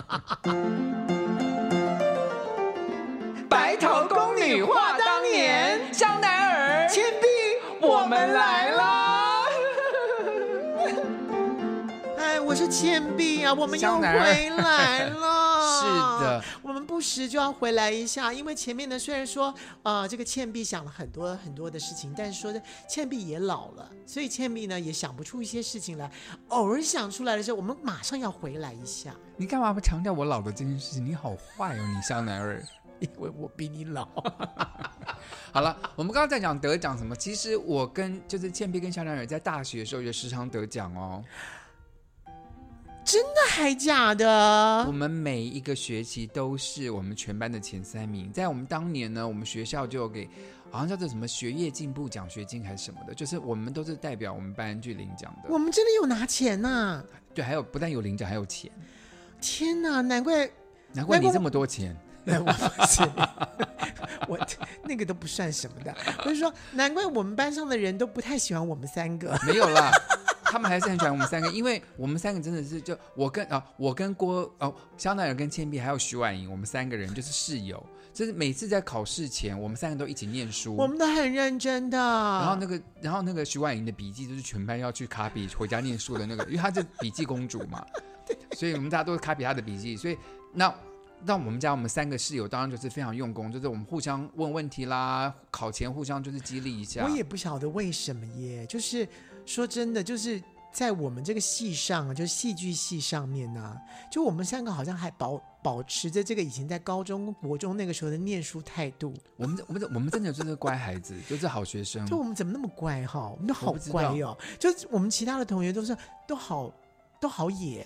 Speaker 2: 白头宫女话当年，香奈儿、
Speaker 1: 倩碧，
Speaker 2: 我们来啦！
Speaker 1: 我是倩碧啊，我们又回来了。
Speaker 2: 是的，
Speaker 1: 我们不时就要回来一下，因为前面呢，虽然说这个倩碧想了很多很多的事情，但是说的倩碧也老了，所以倩碧呢也想不出一些事情来。偶尔想出来的时候，我们马上要回来一下。
Speaker 2: 你干嘛不强调我老的这件事情？你好坏哦，你香奈儿。
Speaker 1: 因为我比你老。
Speaker 2: 好了，我们刚刚在讲得奖什么，其实我跟就是倩碧跟香奈儿在大学的时候也时常得奖哦。
Speaker 1: 真的还假的？
Speaker 2: 我们每一个学期都是我们全班的前3名。在我们当年呢，我们学校就有给好像叫做什么学业进步奖学金还是什么的，就是我们都是代表我们班去领奖的。
Speaker 1: 我们真的有拿钱啊？
Speaker 2: 对，还有不但有领奖还有钱。
Speaker 1: 天哪，难怪
Speaker 2: 你这么多钱。
Speaker 1: 我不是我那个都不算什么的，我是说难怪我们班上的人都不太喜欢我们3个。
Speaker 2: 没有啦，他们还是很喜欢我们3个，因为我们3个真的是就我跟郭香奈儿跟倩碧还有徐婉莹，我们3个人就是室友，就是每次在考试前我们3个都一起念书，
Speaker 1: 我们都很认真的。
Speaker 2: 然后那个徐婉莹的笔记就是全班要去卡笔回家念书的那个，因为她是笔记公主嘛，所以我们大家都是卡笔她的笔记，所以那我们3个室友当然就是非常用功，就是我们互相问问题啦，考前互相就是激励一下。
Speaker 1: 我也不晓得为什么耶，就是说真的，就是在我们这个系上，就戏剧系上面呢，就我们3个好像还保持着这个以前在高中、国中那个时候的念书态度。
Speaker 2: 我们真的就是乖孩子，就是好学生。
Speaker 1: 就我们怎么那么乖哈？我们都好乖哦。就我们其他的同学都好野。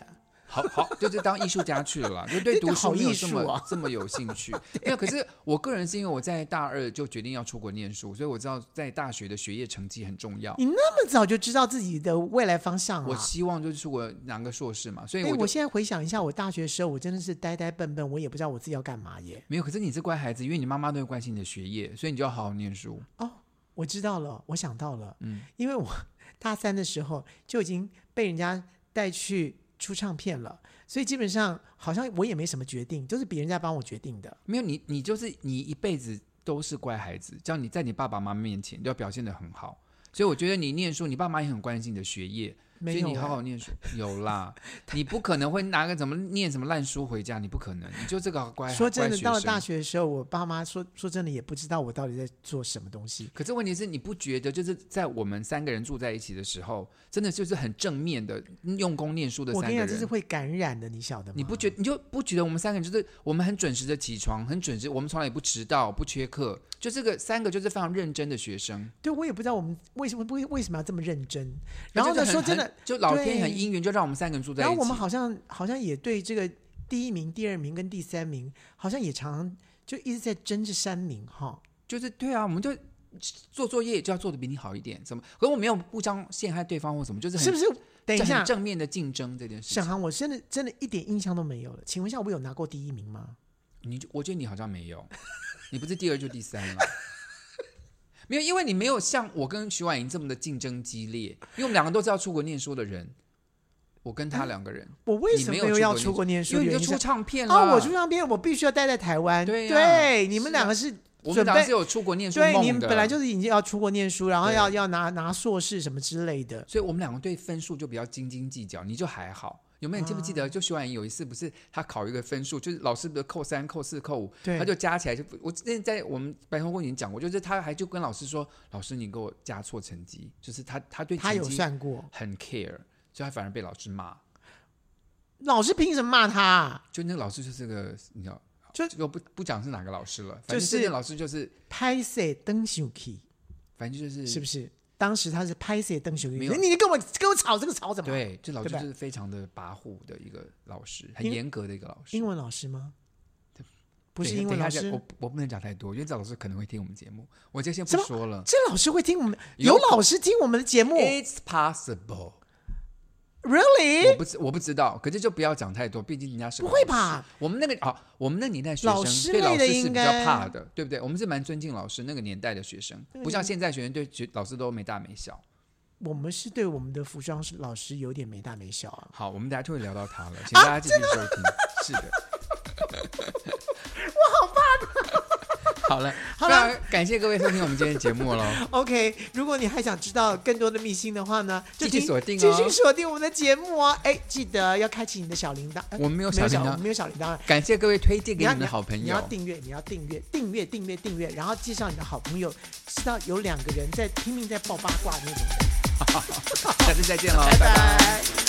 Speaker 2: 好，就是当艺术家去了啦，就对读书没有这么有兴趣。没有，可是我个人是因为我在大2就决定要出国念书，所以我知道在大学的学业成绩很重要。
Speaker 1: 你那么早就知道自己的未来方向了？
Speaker 2: 我希望就是出国拿个硕士嘛，所以
Speaker 1: 我现在回想一下，我大学的时候，我真的是呆呆笨笨，我也不知道我自己要干嘛耶。
Speaker 2: 没有，可是你是乖孩子，因为你妈妈都会关心你的学业，所以你就要好好念书。
Speaker 1: 哦，我知道了，我想到了，因为我大3的时候就已经被人家带去出唱片了，所以基本上好像我也没什么决定，都是别人家帮我决定的。
Speaker 2: 没有你就是你一辈子都是乖孩子，这样你在你爸爸妈妈面前就要表现得很好。所以我觉得你念书，你爸妈也很关心你的学业，所以你好好念书。有啦，你不可能会拿个念什么烂书回家，你不可能，你就这个乖。
Speaker 1: 说真的，
Speaker 2: 到
Speaker 1: 了大学的时候，我爸妈说真的也不知道我到底在做什么东西。
Speaker 2: 可是问题是，你不觉得就是在我们3个人住在一起的时候，真的就是很正面的用功念书的3个人？
Speaker 1: 我跟你讲，这是会感染的，你晓得吗？
Speaker 2: 你就不觉得我们3个人就是我们很准时的起床，很准时，我们从来也不迟到，不缺课，就这个3个就是非常认真的学生。
Speaker 1: 对，我也不知道我们为什么要这么认真。然后呢，说真的，
Speaker 2: 就老天很姻缘，就让我们3个人住在一起。
Speaker 1: 然后我们好像也对这个第1名、第2名跟第3名，好像也常常就一直在争这3名哈。
Speaker 2: 就是对啊，我们就做作业就要做得比你好一点，什么？可是我没有互相陷害对方或什么，就是
Speaker 1: 是不是？等一下，
Speaker 2: 很正面的竞争这件事情。
Speaker 1: 沈航，我真的一点印象都没有了。请问一下，我有拿过第1名吗？
Speaker 2: 我觉得你好像没有，你不是第2就第3了。没有，因为你没有像我跟徐婉莹这么的竞争激烈，因为我们2个都是要出国念书的人。我跟他2个人，
Speaker 1: 我为什么没有要出国念书？
Speaker 2: 因为你就出唱片了。
Speaker 1: 我出唱片，我必须要待在台湾。
Speaker 2: 对，
Speaker 1: 你们2个是
Speaker 2: 我们2个是有出国念书梦的。
Speaker 1: 对，你们本来就是已经要出国念书，然后要拿硕士什么之类的。
Speaker 2: 所以我们2个对分数就比较斤斤计较，你就还好。有没有？你记不记得？就徐婉莹有一次不是他考一个分数，就是老师的扣3、扣4、扣5，他就加起来就我之前在我们白头宫已经讲过，就是他还就跟老师说：“老师，你给我加错成绩。”就是他对成绩
Speaker 1: 有算过，
Speaker 2: 很 care， 所以他反而被老师骂。
Speaker 1: 老师凭什么骂他？
Speaker 2: 就那个老师就是个你知道，就不讲是哪个老师了，反正
Speaker 1: 就是
Speaker 2: 老师就是
Speaker 1: 拍摄登上去，
Speaker 2: 反正就是
Speaker 1: 是不是？当时他是拍摄登上去，你跟我吵这个吵怎么？
Speaker 2: 对，这老师就是非常的跋扈的一个老师，很严格的一个老师。
Speaker 1: 英文老师吗？不是英文老师，
Speaker 2: 我不能讲太多，因为这老师可能会听我们节目，我就先不说了。
Speaker 1: 这老师会听我们？有老师听我们的节目
Speaker 2: ？It's possible。Really？ 我不知道，可是就不要讲太多，毕竟人家是
Speaker 1: 不会吧？
Speaker 2: 我们那个我们那年代学生对老师是比较怕的，对不对？我们是蛮尊敬老师那个年代的学生，不像现在学生对老师都没大没小。
Speaker 1: 我们是对我们的服装老师有点没大没小啊。
Speaker 2: 好，我们等下就会聊到他了，请大家继续收听。是的，
Speaker 1: 我好怕的。
Speaker 2: 好了，非常感谢各位收听我们今天的节目了。
Speaker 1: OK， 如果你还想知道更多的秘辛的话呢，就
Speaker 2: 继续锁定
Speaker 1: 我们的节目哦。哎，记得要开启你的小铃铛。
Speaker 2: 我们没有小铃铛，
Speaker 1: 没有小铃铛。
Speaker 2: 感谢各位推荐给你们的好朋友。
Speaker 1: 你要订阅，然后介绍你的好朋友，知道有2个人在拼命在爆八卦那种人。
Speaker 2: 下次再见喽，
Speaker 1: 拜拜。